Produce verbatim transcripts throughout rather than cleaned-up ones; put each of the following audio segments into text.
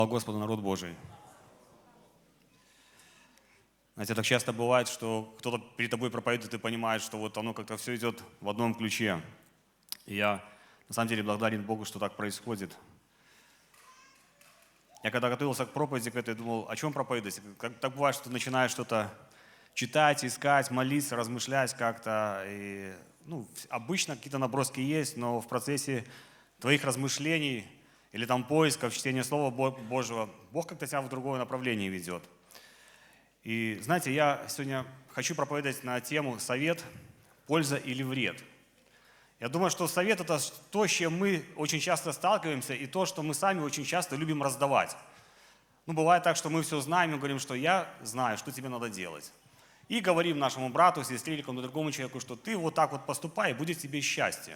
Господу, народ Божий. Знаете, так часто бывает, что кто-то перед тобой проповедует, и ты понимаешь, что вот оно как-то все идет в одном ключе. И я на самом деле благодарен Богу, что так происходит. Я когда готовился к проповеди к этой, думал, о чем проповедовать? Как, так бывает, что ты начинаешь что-то читать, искать, молиться, размышлять как-то. И, ну, обычно какие-то наброски есть, но в процессе твоих размышлений или там поисков, чтения Слова Божьего, Бог как-то тебя в другое направление ведет. И знаете, я сегодня хочу проповедовать на тему «Совет, польза или вред?». Я думаю, что совет – это то, с чем мы очень часто сталкиваемся, и то, что мы сами очень часто любим раздавать. Ну, бывает так, что мы все знаем и говорим, что я знаю, что тебе надо делать. И говорим нашему брату, сестре или кому-то другому человеку, что ты вот так вот поступай, и будет тебе счастье.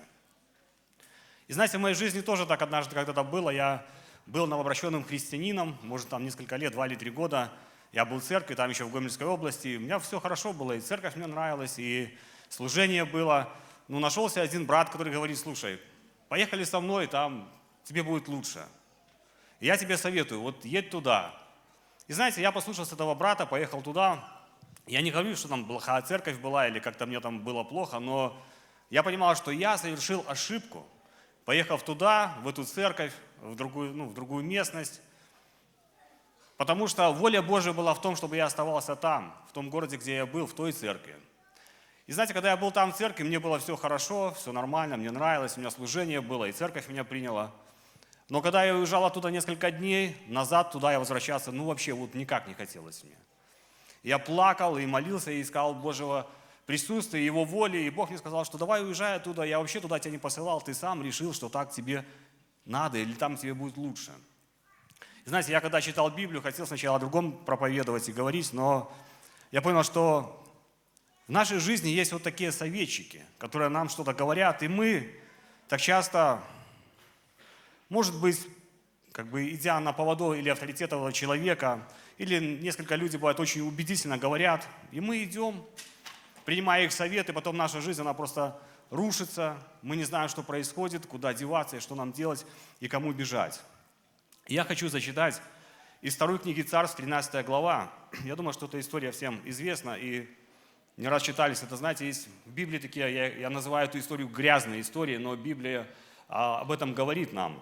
И знаете, в моей жизни тоже так однажды когда-то было. Я был новообращенным христианином, может, там несколько лет, два или три года. Я был в церкви, там еще в Гомельской области. И у меня все хорошо было, и церковь мне нравилась, и служение было. Ну, нашелся один брат, который говорит: слушай, поехали со мной, там тебе будет лучше. И я тебе советую, вот едь туда. И знаете, я послушался этого брата, поехал туда. Я не говорю, что там плохая церковь была, или как-то мне там было плохо, но я понимал, что я совершил ошибку, поехав туда, в эту церковь, в другую, ну, в другую местность. Потому что воля Божия была в том, чтобы я оставался там, в том городе, где я был, в той церкви. И знаете, когда я был там в церкви, мне было все хорошо, все нормально, мне нравилось, у меня служение было, и церковь меня приняла. Но когда я уезжал оттуда несколько дней, назад туда я возвращаться, ну вообще вот никак не хотелось мне. Я плакал и молился, и искал Божьего присутствия, Его воли, и Бог мне сказал, что давай уезжай оттуда, я вообще туда тебя не посылал, ты сам решил, что так тебе надо, или там тебе будет лучше. И знаете, я когда читал Библию, хотел сначала о другом проповедовать и говорить, но я понял, что в нашей жизни есть вот такие советчики, которые нам что-то говорят, и мы так часто, может быть, как бы идя на поводу или авторитетного человека, или несколько людей, бывает, очень убедительно говорят, и мы идем, принимая их советы, потом наша жизнь, она просто рушится, мы не знаем, что происходит, куда деваться, и что нам делать, и кому бежать. И я хочу зачитать из второй книги Царств, тринадцатая глава. Я думаю, что эта история всем известна, и не раз читались. Это, знаете, есть в Библии такие, я, я называю эту историю грязной историей, но Библия а, об этом говорит нам.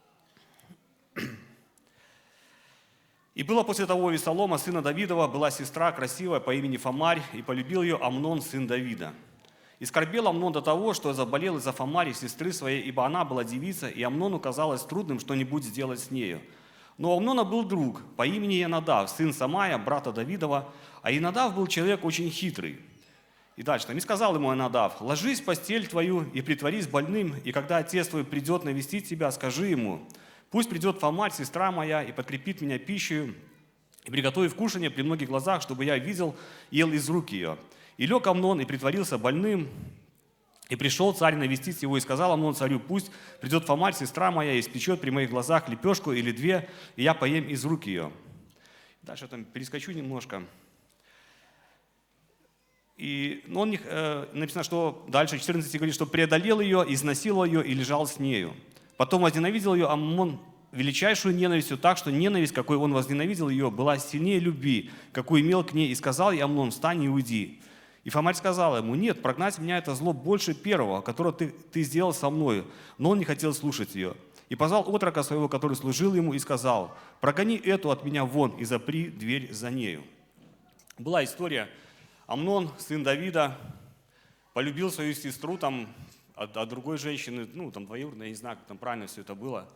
«И было после того у Вессалома, сына Давидова, была сестра красивая по имени Фамарь, и полюбил ее Амнон, сын Давида. И скорбел Амнон до того, что заболел из-за Фамари, сестры своей, ибо она была девица, и Амнону казалось трудным что-нибудь сделать с нею. Но у Амнона был друг по имени Янадав, сын Самая, брата Давидова, а Янадав был человек очень хитрый». И дальше там, и сказал ему Янадав: «Ложись в постель твою и притворись больным, и когда отец твой придет навестить тебя, скажи ему: пусть придет Фамарь, сестра моя, и подкрепит меня пищей, и приготовив кушанье при многих глазах, чтобы я видел, ел из рук ее. И лег Амнон, и притворился больным, и пришел царь навестить его, и сказал Амнон царю: пусть придет Фамарь, сестра моя, и испечет при моих глазах лепешку или две, и я поем из рук ее». Дальше там перескочу немножко. И ну, он, э, написано, что дальше четырнадцать говорит, что преодолел ее, изнасиловал ее и лежал с нею. Потом возненавидел ее Амнон величайшую ненавистью, так что ненависть, какой он возненавидел ее, была сильнее любви, какую имел к ней. И сказал ей Амнон: встань и уйди. И Фамарь сказала ему: нет, прогнать меня это зло больше первого, которого ты, ты сделал со мною. Но он не хотел слушать ее. И позвал отрока своего, который служил ему, и сказал: прогони эту от меня вон и запри дверь за нею. Была история. Амнон, сын Давида, полюбил свою сестру там, от, от другой женщины, ну, там, двоюродной, я не знаю, как там правильно все это было.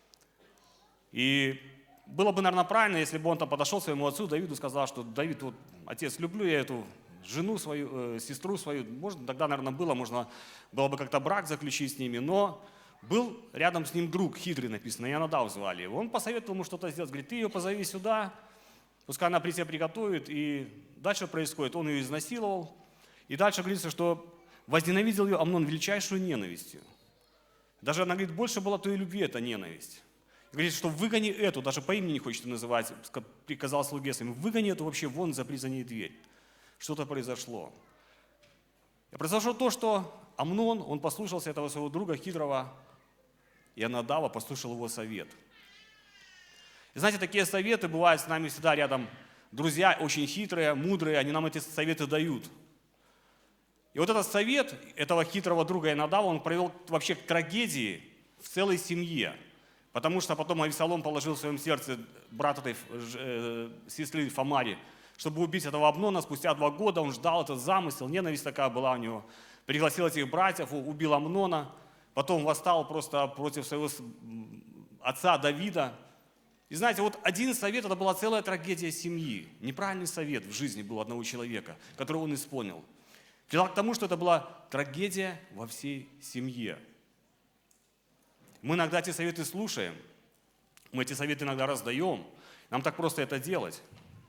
И было бы, наверное, правильно, если бы он там подошел к своему отцу, Давиду, сказал, что: Давид, вот, отец, люблю я эту жену свою, э, сестру свою. Может, тогда, наверное, было, можно было бы как-то брак заключить с ними, но был рядом с ним друг, хитрый написано, Янадав звали его. Он посоветовал ему что-то сделать, говорит: ты ее позови сюда, пускай она при тебе приготовит, и дальше происходит, он ее изнасиловал. И дальше говорится, что возненавидел ее Амнон величайшую ненавистью. Даже она говорит, больше была той любви, это ненависть. И говорит, что выгони эту, даже по имени не хочет называть, приказал слуге своим: выгони эту вообще вон, запри за ней дверь. Что-то произошло. И произошло то, что Амнон, он послушался этого своего друга хитрого Янадава, послушал его совет. И знаете, такие советы бывают с нами всегда рядом. Друзья очень хитрые, мудрые, они нам эти советы дают. И вот этот совет этого хитрого друга Ионадава, он привел вообще к трагедии в целой семье. Потому что потом Авесолом положил в своем сердце брата этой э, сестры Фамари, чтобы убить этого Амнона. Спустя два года он ждал этот замысел, ненависть такая была у него. Пригласил этих братьев, убил Амнона, потом восстал просто против своего отца Давида. И знаете, вот один совет, это была целая трагедия семьи. Неправильный совет в жизни был одного человека, который он исполнил. Привел к тому, что это была трагедия во всей семье. Мы иногда эти советы слушаем, мы эти советы иногда раздаем, нам так просто это делать.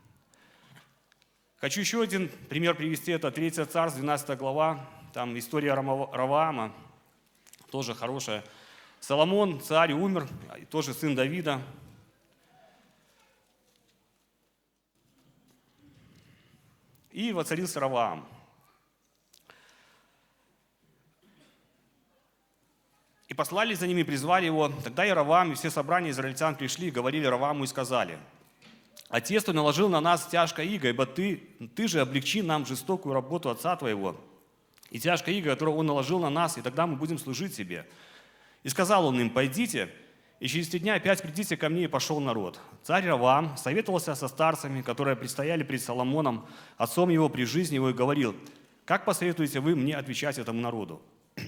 Хочу еще один пример привести, это Третье царство, двенадцатая глава, там история Раваама, тоже хорошая. Соломон, царь, умер, тоже сын Давида. И воцарился Раваам. И послали за ними, призвали его. Тогда и Раваам, и все собрания израильтян пришли, говорили Равааму и сказали: «Отец твой наложил на нас тяжкое иго, ибо ты, ты же облегчи нам жестокую работу отца твоего, и тяжкое иго, которое он наложил на нас, и тогда мы будем служить себе». И сказал он им: «Пойдите, и через три дня опять придите ко мне». И пошел народ. Царь Раваам советовался со старцами, которые предстояли пред Соломоном, отцом его при жизни его, и говорил: «Как посоветуете вы мне отвечать этому народу?»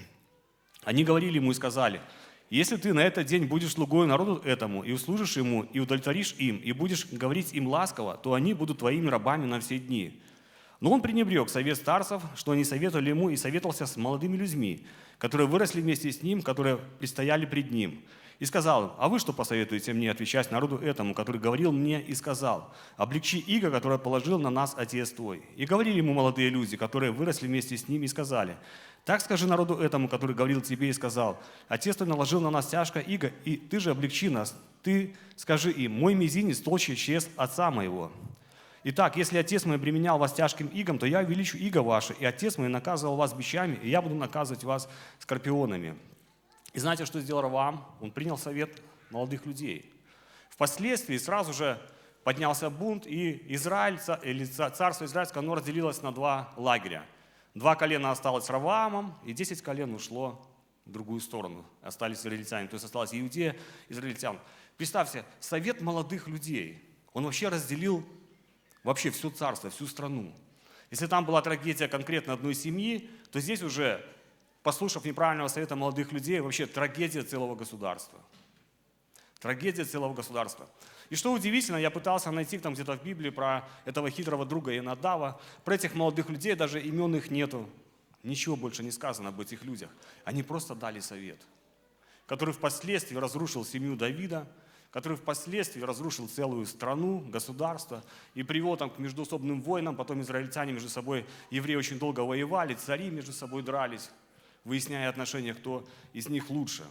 Они говорили ему и сказали: «Если ты на этот день будешь слугой народу этому, и услужишь ему, и удовлетворишь им, и будешь говорить им ласково, то они будут твоими рабами на все дни». Но он пренебрег совет старцев, что они советовали ему, и советовался с молодыми людьми, которые выросли вместе с ним, которые предстояли пред ним. И сказал им: «А вы что посоветуете мне отвечать народу этому, который говорил мне и сказал: облегчи иго, которое положил на нас отец твой?» И говорили ему молодые люди, которые выросли вместе с ним, и сказали: «Так скажи народу этому, который говорил тебе и сказал: отец твой наложил на нас тяжкое иго, и ты же облегчи нас. Ты скажи им: мой мизинец толще чест отца моего. Итак, если отец мой обременял вас тяжким игом, то я увеличу иго ваше, и отец мой наказывал вас бичами, и я буду наказывать вас скорпионами». И знаете, что сделал Раваам? Он принял совет молодых людей. Впоследствии сразу же поднялся бунт, и Израиль, или царство израильское, оно разделилось на два лагеря. Два колена осталось с Раваамом, и десять колен ушло в другую сторону. Остались израильтяне, то есть осталась Иудея, израильтян. Представьте, совет молодых людей, он вообще разделил вообще все царство, всю страну. Если там была трагедия конкретно одной семьи, то здесь уже, послушав неправильного совета молодых людей, вообще трагедия целого государства. Трагедия целого государства. И что удивительно, я пытался найти там где-то в Библии про этого хитрого друга Ионадава. Про этих молодых людей даже имен их нету. Ничего больше не сказано об этих людях. Они просто дали совет, который впоследствии разрушил семью Давида, который впоследствии разрушил целую страну, государство и привел там к междоусобным войнам. Потом израильтяне между собой, евреи очень долго воевали, цари между собой дрались, выясняя отношения, кто из них лучше.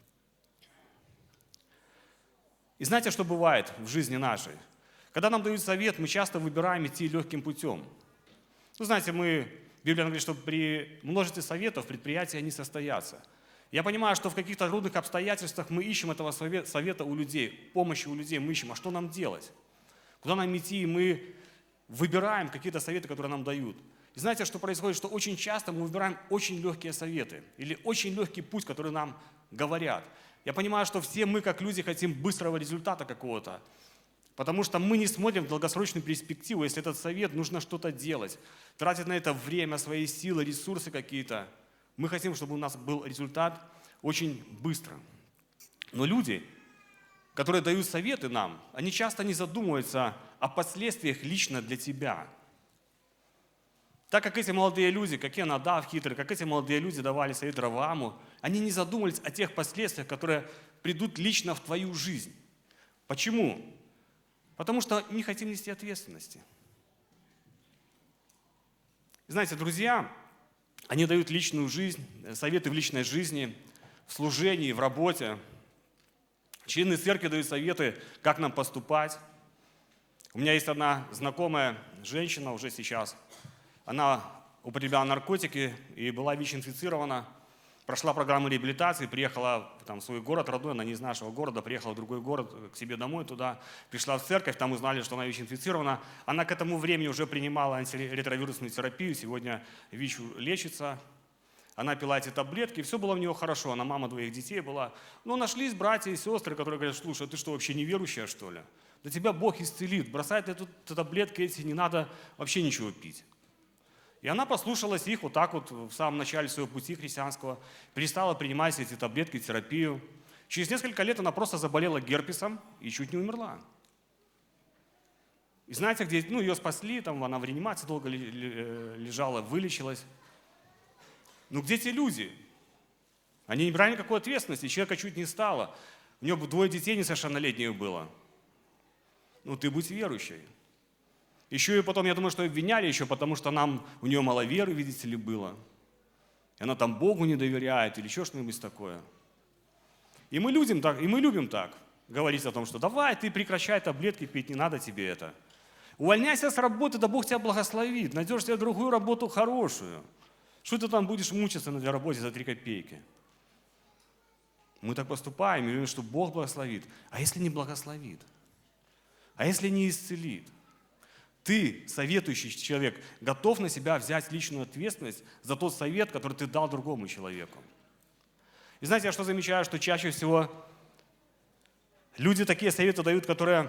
И знаете, что бывает в жизни нашей? Когда нам дают совет, мы часто выбираем идти легким путем. Ну, знаете, мы, Библия говорит, что при множестве советов предприятия не состоятся. Я понимаю, что в каких-то трудных обстоятельствах мы ищем этого совета у людей, помощи у людей мы ищем. А что нам делать? Куда нам идти? И мы выбираем какие-то советы, которые нам дают. И знаете, что происходит? Что очень часто мы выбираем очень легкие советы или очень легкий путь, который нам говорят. Я понимаю, что все мы, как люди, хотим быстрого результата какого-то, потому что мы не смотрим в долгосрочную перспективу. Если этот совет, нужно что-то делать, тратить на это время, свои силы, ресурсы какие-то. Мы хотим, чтобы у нас был результат очень быстро. Но люди, которые дают советы нам, они часто не задумываются о последствиях лично для тебя. Так как эти молодые люди, как Ионадав хитрый, как эти молодые люди давали совет Равааму, они не задумывались о тех последствиях, которые придут лично в твою жизнь. Почему? Потому что не хотим нести ответственности. Знаете, друзья, они дают личную жизнь, советы в личной жизни, в служении, в работе. Члены церкви дают советы, как нам поступать. У меня есть одна знакомая женщина уже сейчас. Она употребляла наркотики и была ВИЧ-инфицирована. прошла программу реабилитации, приехала там, в свой город родной, она не из нашего города, приехала в другой город, к себе домой туда, пришла в церковь, там узнали, что она ВИЧ-инфицирована. Она к этому времени уже принимала антиретровирусную терапию, сегодня ВИЧ лечится. Она пила эти таблетки, и все было у нее хорошо. Она мама двоих детей была. Но нашлись братья и сестры, которые говорят: слушай, а ты что, вообще неверующая, что ли? Да тебя Бог исцелит, бросай ты тут таблетки эти, не надо вообще ничего пить. И она послушалась их вот так вот в самом начале своего пути христианского, перестала принимать эти таблетки, терапию. Через несколько лет она просто заболела герпесом и чуть не умерла. И знаете, где, ну, ее спасли, там она в реанимации долго лежала, вылечилась. Ну где те люди? Они не брали никакой ответственности, человека чуть не стало. У него двое детей несовершеннолетних было. Ну ты будь верующей. Еще и потом, я думаю, что обвиняли еще, потому что нам, у нее мало веры, видите ли, было. И она там Богу не доверяет или еще что-нибудь такое. И мы, людям так, и мы любим так говорить о том, что давай, ты прекращай таблетки пить, не надо тебе это. Увольняйся с работы, да Бог тебя благословит, найдешь себе другую работу хорошую. Что ты там будешь мучиться на работе за три копейки? Мы так поступаем и говорим, что Бог благословит. А если не благословит? А если не исцелит? Ты, советующий человек, готов на себя взять личную ответственность за тот совет, который ты дал другому человеку. И знаете, я что замечаю, что чаще всего люди такие советы дают, которые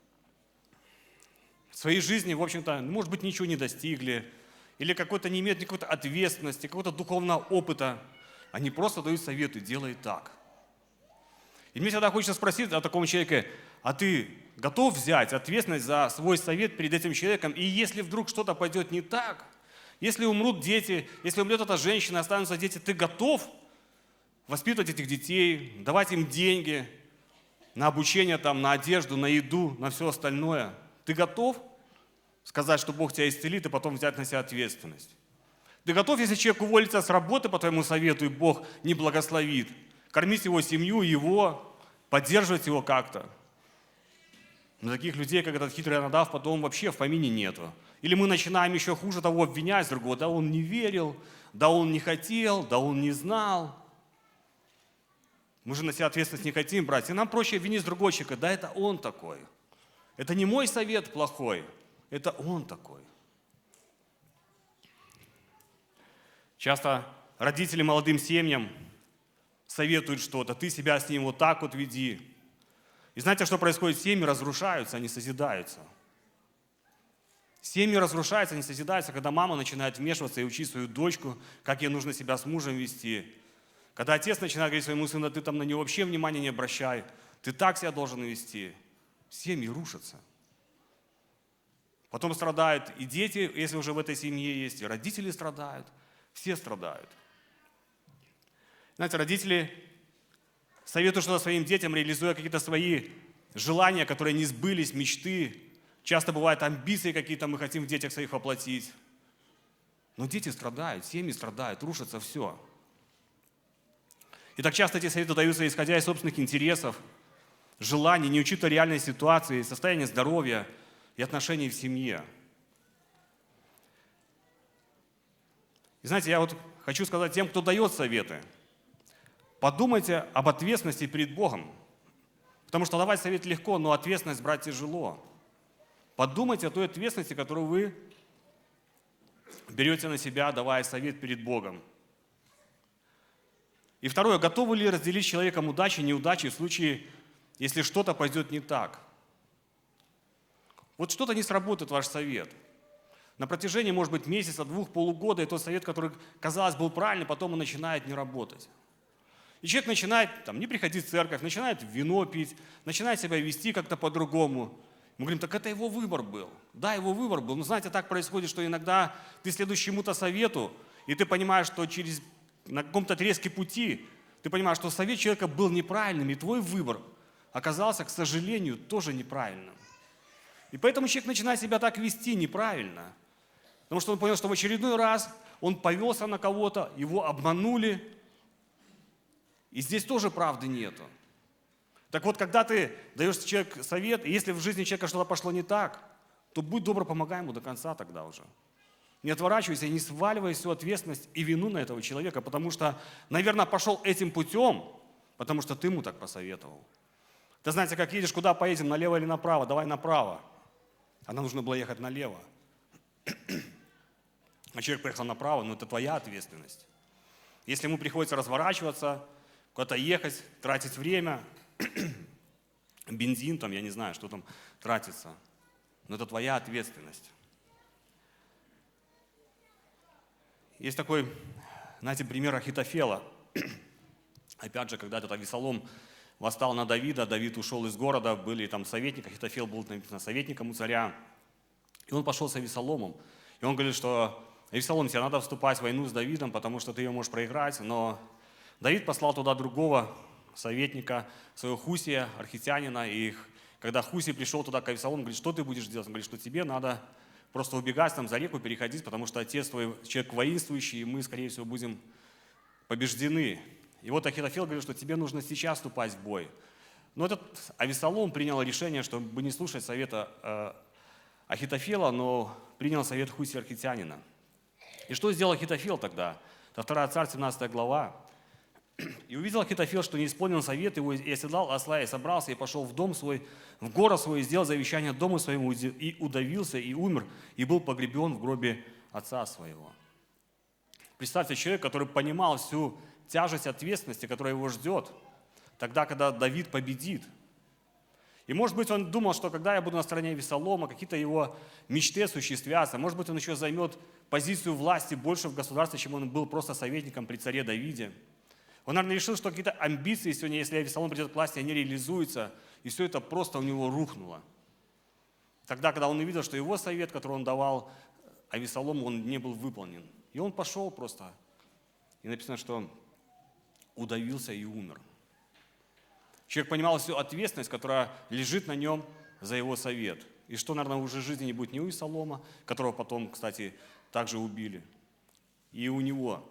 в своей жизни, в общем-то, может быть, ничего не достигли, или какой-то не имеют никакой ответственности, какого-то духовного опыта. Они просто дают советы: делай так. И мне всегда хочется спросить о таком человеке: а ты готов взять ответственность за свой совет перед этим человеком? И если вдруг что-то пойдет не так, если умрут дети, если умрет эта женщина, останутся дети, ты готов воспитывать этих детей, давать им деньги на обучение, там, на одежду, на еду, на все остальное? Ты готов сказать, что Бог тебя исцелит, и потом взять на себя ответственность? Ты готов, если человек уволится с работы по твоему совету, и Бог не благословит, кормить его семью, его, поддерживать его как-то? Но таких людей, как этот хитрый Надав, потом вообще в помине нету. Или мы начинаем еще хуже того обвинять другого: да он не верил, да он не хотел, да он не знал. Мы же на себя ответственность не хотим брать. И нам проще обвинить другого человека: да это он такой. Это не мой совет плохой, это он такой. Часто родители молодым семьям советуют что-то: ты себя с ним вот так вот веди. И знаете, что происходит? Семьи разрушаются, они созидаются. Семьи разрушаются, они созидаются, когда мама начинает вмешиваться и учить свою дочку, как ей нужно себя с мужем вести. Когда отец начинает говорить своему сыну: ты там на него вообще внимания не обращай, ты так себя должен вести. Семьи рушатся. Потом страдают и дети, если уже в этой семье есть, и родители страдают, все страдают. Знаете, родители советуют что-то своим детям, реализуя какие-то свои желания, которые не сбылись, мечты. Часто бывают амбиции какие-то, мы хотим в детях своих воплотить. Но дети страдают, семьи страдают, рушится все. И так часто эти советы даются, исходя из собственных интересов, желаний, не учитывая реальной ситуации, состояния здоровья и отношений в семье. И знаете, я вот хочу сказать тем, кто дает советы: подумайте об ответственности перед Богом. Потому что давать совет легко, но ответственность брать тяжело. Подумайте о той ответственности, которую вы берете на себя, давая совет перед Богом. И второе, готовы ли разделить с человеком удачи и неудачи в случае, если что-то пойдет не так? Вот что-то не сработает ваш совет. На протяжении, может быть, месяца, двух, полугода, и тот совет, который, казалось, был правильный, потом он начинает не работать. И человек начинает там, не приходить в церковь, начинает вино пить, начинает себя вести как-то по-другому. Мы говорим: так это его выбор был. Да, его выбор был. Но знаете, так происходит, что иногда ты следуешь чему-то совету, и ты понимаешь, что через, на каком-то отрезке пути ты понимаешь, что совет человека был неправильным, и твой выбор оказался, к сожалению, тоже неправильным. И поэтому человек начинает себя так вести неправильно. Потому что он понял, что в очередной раз он повелся на кого-то, его обманули. И здесь тоже правды нету. Так вот, когда ты даешь человеку совет, и если в жизни человека что-то пошло не так, то будь добр, помогай ему до конца тогда уже. Не отворачивайся и не сваливай всю ответственность и вину на этого человека, потому что, наверное, пошел этим путем, потому что ты ему так посоветовал. Ты знаете, как едешь, куда поедем, налево или направо? Давай направо. А нам нужно было ехать налево. А человек поехал направо, но это твоя ответственность. Если ему приходится разворачиваться, куда-то ехать, тратить время, бензин там, я не знаю, что там тратится, но это твоя ответственность. Есть такой, знаете, пример Ахитофела. Опять же, когда этот Авесолом восстал на Давида, Давид ушел из города, были там советники, Ахитофел был написано, советником у царя, и он пошел с Авесоломом. И он говорит, что Авесолом, тебе надо вступать в войну с Давидом, потому что ты ее можешь проиграть, но Давид послал туда другого советника, своего Хусия, архитянина, и когда Хусий пришел туда к Авесолому, говорит, что ты будешь делать? Он говорит, что тебе надо просто убегать там за реку, переходить, потому что отец твой человек воинствующий, и мы, скорее всего, будем побеждены. И вот Ахитофел говорит, что тебе нужно сейчас вступать в бой. Но этот Авесолом принял решение, чтобы не слушать совета э, Ахитофела, но принял совет Хусия архитянина. И что сделал Ахитофел тогда? Это вторая Царь, семнадцатая глава. «И увидел Ахитофел, что не исполнил совет его, и оседлал осла, и собрался, и пошел в дом свой, в город свой, и сделал завещание дому своему, и удавился, и умер, и был погребен в гробе отца своего». Представьте, человек, который понимал всю тяжесть ответственности, которая его ждет, тогда, когда Давид победит. И, может быть, он думал, что когда я буду на стороне Авесолома, какие-то его мечты осуществятся. Может быть, он еще займет позицию власти больше в государстве, чем он был просто советником при царе Давиде. Он, наверное, решил, что какие-то амбиции сегодня, если Авесолом придет к власти, они реализуются, и все это просто у него рухнуло. Тогда, когда он увидел, что его совет, который он давал Авесолому, он не был выполнен. И он пошел просто. И написано, что удавился и умер. Человек понимал всю ответственность, которая лежит на нем за его совет. И что, наверное, уже в жизни не будет ни у Авесолома, которого потом, кстати, также убили, и у него.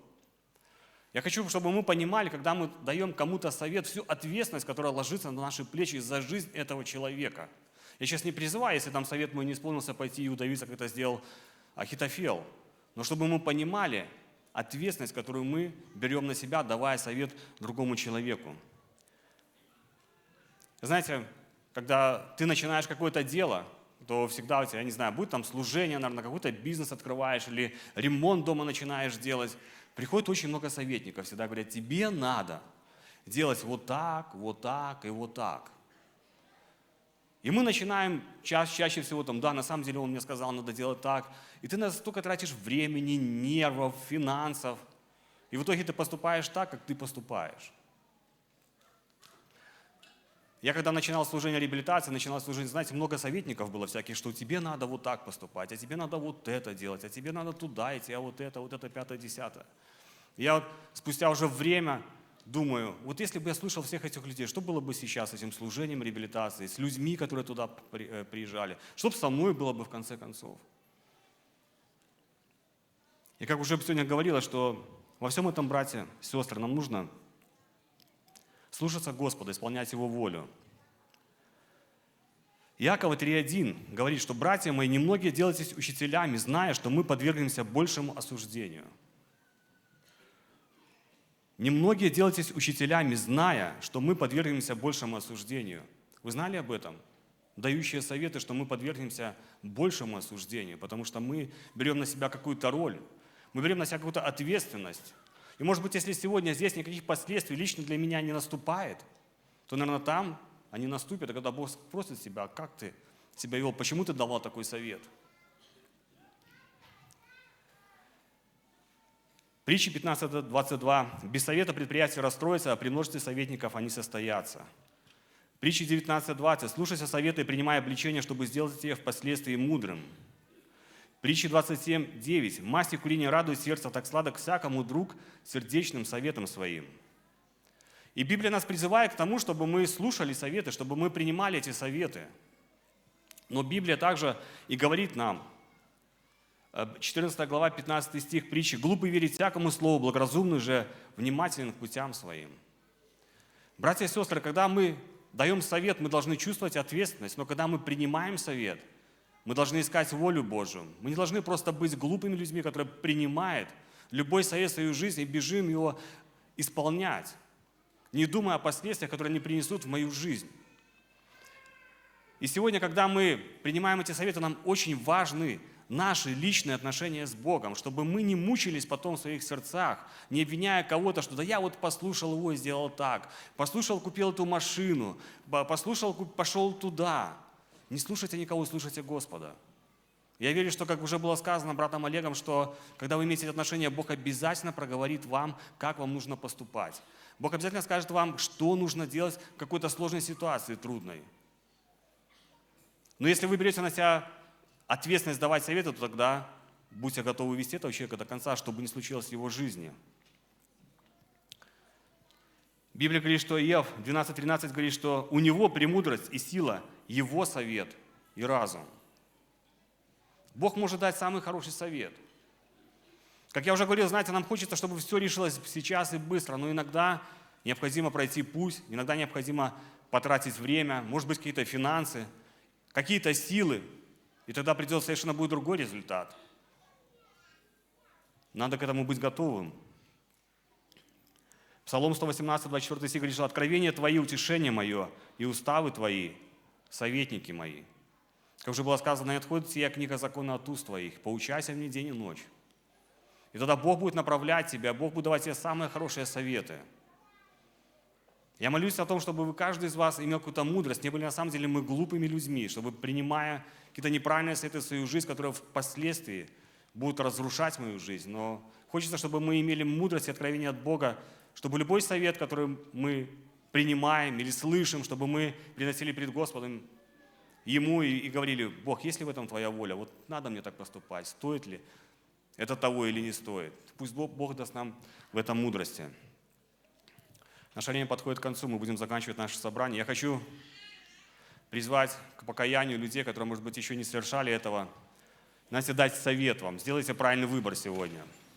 Я хочу, чтобы мы понимали, когда мы даем кому-то совет, всю ответственность, которая ложится на наши плечи за жизнь этого человека. Я сейчас не призываю, если там совет мой не исполнился, пойти и удавиться, как это сделал Ахитофел. Но чтобы мы понимали ответственность, которую мы берем на себя, давая совет другому человеку. Знаете, когда ты начинаешь какое-то дело, то всегда у тебя, я не знаю, будет там служение, наверное, какой-то бизнес открываешь или ремонт дома начинаешь делать. Приходит очень много советников, всегда говорят, тебе надо делать вот так, вот так и вот так. И мы начинаем ча- чаще всего, там, да, на самом деле он мне сказал, надо делать так. И ты настолько тратишь времени, нервов, финансов. И в итоге ты поступаешь так, как ты поступаешь. Я когда начинал служение реабилитации, начинал служение, знаете, много советников было всяких, что тебе надо вот так поступать, а тебе надо вот это делать, а тебе надо туда идти, а вот это, вот это, пятое, десятое. Я вот спустя уже время думаю, вот если бы я слышал всех этих людей, что было бы сейчас с этим служением реабилитации, с людьми, которые туда приезжали, что бы со мной было бы в конце концов. И как уже сегодня говорилось, что во всем этом, братья, сестры, нам нужно слушаться Господа, исполнять Его волю. Иакова три один говорит, что, братья мои, немногие делайтесь учителями, зная, что мы подвергнемся большему осуждению. Немногие делайтесь учителями, зная, что мы подвергнемся большему осуждению. Вы знали об этом? Дающие советы, что мы подвергнемся большему осуждению, потому что мы берем на себя какую-то роль, мы берем на себя какую-то ответственность. И, может быть, если сегодня здесь никаких последствий лично для меня не наступает, то, наверное, там они наступят, и когда Бог спросит себя, как ты себя вел, почему ты давал такой совет. Притча пятнадцать двадцать два. Без совета предприятия расстроятся, а при множестве советников они состоятся. Притча девятнадцать двадцать. Слушайся совета и принимай обличение, чтобы сделать тебя впоследствии мудрым. Притча двадцать семь девять. Масть и курение радует сердце, так сладок всякому друг сердечным советом своим. И Библия нас призывает к тому, чтобы мы слушали советы, чтобы мы принимали эти советы. Но Библия также и говорит нам, четырнадцатая глава, пятнадцатый стих притчи, «Глупый верит всякому слову, благоразумный же внимателен к путям своим». Братья и сестры, когда мы даем совет, мы должны чувствовать ответственность, но когда мы принимаем совет, Мы должны искать волю Божию. Мы не должны просто быть глупыми людьми, которые принимают любой совет в свою жизнь и бежим его исполнять, не думая о последствиях, которые они принесут в мою жизнь. И сегодня, когда мы принимаем эти советы, нам очень важны наши личные отношения с Богом, чтобы мы не мучились потом в своих сердцах, не обвиняя кого-то, что да я вот послушал его и сделал так, послушал, купил эту машину, послушал, пошел туда. Не слушайте никого, слушайте Господа. Я верю, что, как уже было сказано братом Олегом, что когда вы имеете эти отношения, Бог обязательно проговорит вам, как вам нужно поступать. Бог обязательно скажет вам, что нужно делать в какой-то сложной ситуации, трудной. Но если вы берете на себя ответственность давать советы, то тогда будьте готовы вести этого человека до конца, чтобы не случилось в его жизни. Библия говорит, что Иов двенадцать тринадцать говорит, что у него премудрость и сила, его совет и разум. Бог может дать самый хороший совет. Как я уже говорил, знаете, нам хочется, чтобы все решилось сейчас и быстро, но иногда необходимо пройти путь, иногда необходимо потратить время, может быть, какие-то финансы, какие-то силы, и тогда придет совершенно будет другой результат. Надо к этому быть готовым. Псалом сто восемнадцать, двадцать четвёртый стих говорит, что «Откровение Твои, утешение мое, и уставы Твои, советники мои». Как уже было сказано, не отходит сия книга закона от уст Твоих, поучайся в ней день и ночь. И тогда Бог будет направлять тебя, Бог будет давать тебе самые хорошие советы. Я молюсь о том, чтобы вы, каждый из вас имел какую-то мудрость, не были на самом деле мы глупыми людьми, чтобы, принимая какие-то неправильные советы в свою жизнь, которые впоследствии будут разрушать мою жизнь. Но хочется, чтобы мы имели мудрость и откровение от Бога, чтобы любой совет, который мы принимаем или слышим, чтобы мы приносили перед Господом Ему и, и говорили, Бог, есть ли в этом Твоя воля? Вот надо мне так поступать, стоит ли это того или не стоит? Пусть Бог, Бог даст нам в этом мудрости. Наше время подходит к концу, мы будем заканчивать наше собрание. Я хочу призвать к покаянию людей, которые, может быть, еще не совершали этого. Знаете, дать совет вам, сделайте правильный выбор сегодня.